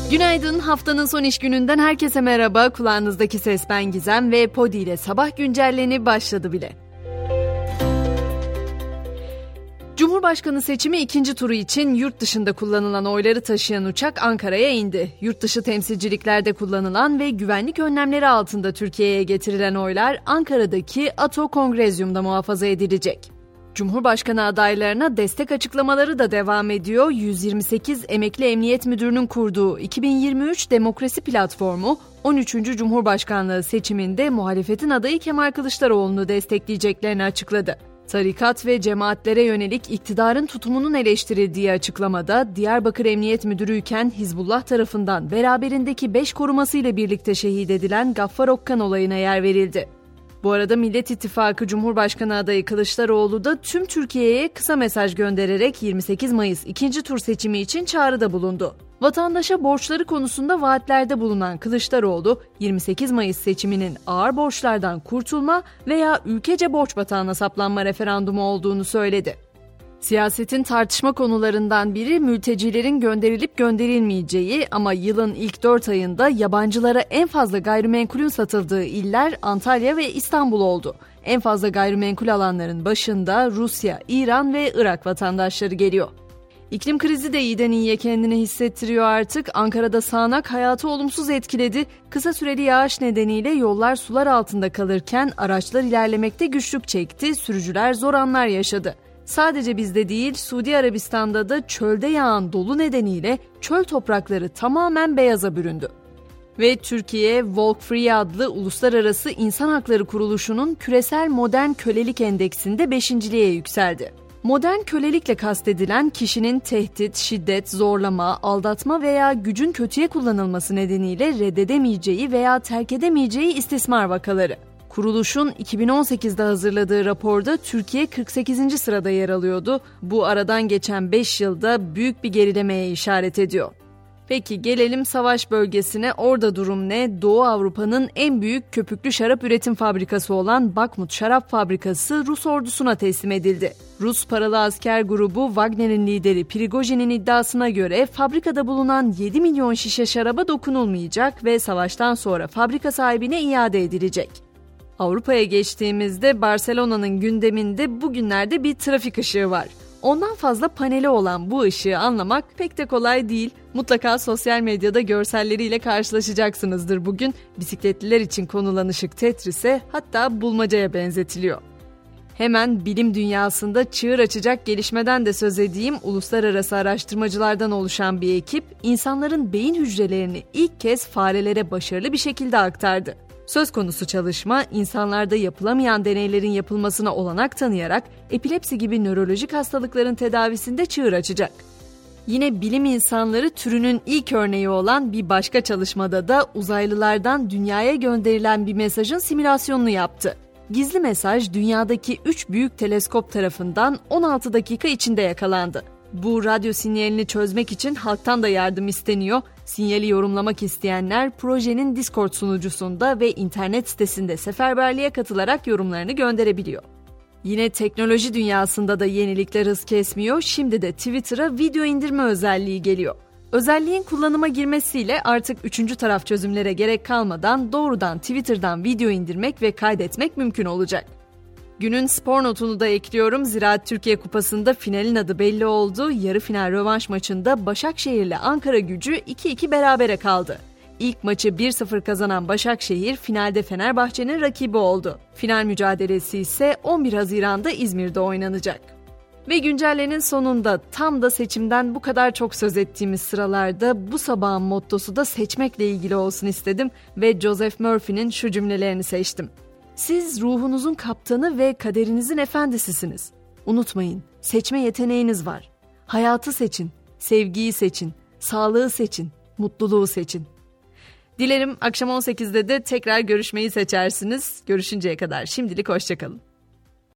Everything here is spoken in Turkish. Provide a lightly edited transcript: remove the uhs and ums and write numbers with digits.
Günaydın, haftanın son iş gününden herkese merhaba. Kulağınızdaki ses ben Gizem ve Podi ile sabah güncelleni başladı bile. Cumhurbaşkanı seçimi ikinci turu için yurt dışında kullanılan oyları taşıyan uçak Ankara'ya indi. Yurt dışı temsilciliklerde kullanılan ve güvenlik önlemleri altında Türkiye'ye getirilen oylar Ankara'daki ATO Kongrezyum'da muhafaza edilecek. Cumhurbaşkanı adaylarına destek açıklamaları da devam ediyor. 128 emekli emniyet müdürünün kurduğu 2023 Demokrasi Platformu 13. Cumhurbaşkanlığı seçiminde muhalefetin adayı Kemal Kılıçdaroğlu'nu destekleyeceklerini açıkladı. Tarikat ve cemaatlere yönelik iktidarın tutumunun eleştirildiği açıklamada Diyarbakır Emniyet Müdürüyken Hizbullah tarafından beraberindeki 5 korumasıyla birlikte şehit edilen Gaffar Okkan olayına yer verildi. Bu arada Millet İttifakı Cumhurbaşkanı adayı Kılıçdaroğlu da tüm Türkiye'ye kısa mesaj göndererek 28 Mayıs ikinci tur seçimi için çağrıda bulundu. Vatandaşa borçları konusunda vaatlerde bulunan Kılıçdaroğlu, 28 Mayıs seçiminin ağır borçlardan kurtulma veya ülkece borç batağına saplanma referandumu olduğunu söyledi. Siyasetin tartışma konularından biri mültecilerin gönderilip gönderilmeyeceği ama yılın ilk 4 ayında yabancılara en fazla gayrimenkulün satıldığı iller Antalya ve İstanbul oldu. En fazla gayrimenkul alanların başında Rusya, İran ve Irak vatandaşları geliyor. İklim krizi de iyiden iyiye kendini hissettiriyor artık. Ankara'da sağanak hayatı olumsuz etkiledi. Kısa süreli yağış nedeniyle yollar sular altında kalırken araçlar ilerlemekte güçlük çekti, sürücüler zor anlar yaşadı. Sadece bizde değil, Suudi Arabistan'da da çölde yağan dolu nedeniyle çöl toprakları tamamen beyaza büründü. Ve Türkiye, Walk Free adlı Uluslararası İnsan Hakları Kuruluşu'nun küresel modern kölelik endeksinde 5.liğe yükseldi. Modern kölelikle kastedilen kişinin tehdit, şiddet, zorlama, aldatma veya gücün kötüye kullanılması nedeniyle reddedemeyeceği veya terk edemeyeceği istismar vakaları. Kuruluşun 2018'de hazırladığı raporda Türkiye 48. sırada yer alıyordu. Bu aradan geçen 5 yılda büyük bir gerilemeye işaret ediyor. Peki gelelim savaş bölgesine. Orada durum ne? Doğu Avrupa'nın en büyük köpüklü şarap üretim fabrikası olan Bakhmut Şarap Fabrikası Rus ordusuna teslim edildi. Rus paralı asker grubu Wagner'in lideri Prigojin'in iddiasına göre fabrikada bulunan 7 milyon şişe şaraba dokunulmayacak ve savaştan sonra fabrika sahibine iade edilecek. Avrupa'ya geçtiğimizde Barcelona'nın gündeminde bugünlerde bir trafik ışığı var. Ondan fazla paneli olan bu ışığı anlamak pek de kolay değil. Mutlaka sosyal medyada görselleriyle karşılaşacaksınızdır bugün. Bisikletliler için konulan ışık Tetris'e, hatta bulmacaya benzetiliyor. Hemen bilim dünyasında çığır açacak gelişmeden de söz edeyim. Uluslararası araştırmacılardan oluşan bir ekip insanların beyin hücrelerini ilk kez farelere başarılı bir şekilde aktardı. Söz konusu çalışma, insanlarda yapılamayan deneylerin yapılmasına olanak tanıyarak epilepsi gibi nörolojik hastalıkların tedavisinde çığır açacak. Yine bilim insanları türünün ilk örneği olan bir başka çalışmada da uzaylılardan dünyaya gönderilen bir mesajın simülasyonunu yaptı. Gizli mesaj dünyadaki 3 büyük teleskop tarafından 16 dakika içinde yakalandı. Bu radyo sinyalini çözmek için halktan da yardım isteniyor. Sinyali yorumlamak isteyenler projenin Discord sunucusunda ve internet sitesinde seferberliğe katılarak yorumlarını gönderebiliyor. Yine teknoloji dünyasında da yenilikler hız kesmiyor. Şimdi de Twitter'a video indirme özelliği geliyor. Özelliğin kullanıma girmesiyle artık üçüncü taraf çözümlere gerek kalmadan doğrudan Twitter'dan video indirmek ve kaydetmek mümkün olacak. Günün spor notunu da ekliyorum. Ziraat Türkiye Kupası'nda finalin adı belli oldu. Yarı final rövanş maçında Başakşehir'le Ankaragücü 2-2 berabere kaldı. İlk maçı 1-0 kazanan Başakşehir finalde Fenerbahçe'nin rakibi oldu. Final mücadelesi ise 11 Haziran'da İzmir'de oynanacak. Ve güncellenin sonunda tam da seçimden bu kadar çok söz ettiğimiz sıralarda bu sabahın mottosu da seçmekle ilgili olsun istedim ve Joseph Murphy'nin şu cümlelerini seçtim. Siz ruhunuzun kaptanı ve kaderinizin efendisisiniz. Unutmayın, seçme yeteneğiniz var. Hayatı seçin, sevgiyi seçin, sağlığı seçin, mutluluğu seçin. Dilerim akşam 18'de de tekrar görüşmeyi seçersiniz. Görüşünceye kadar şimdilik hoşça kalın.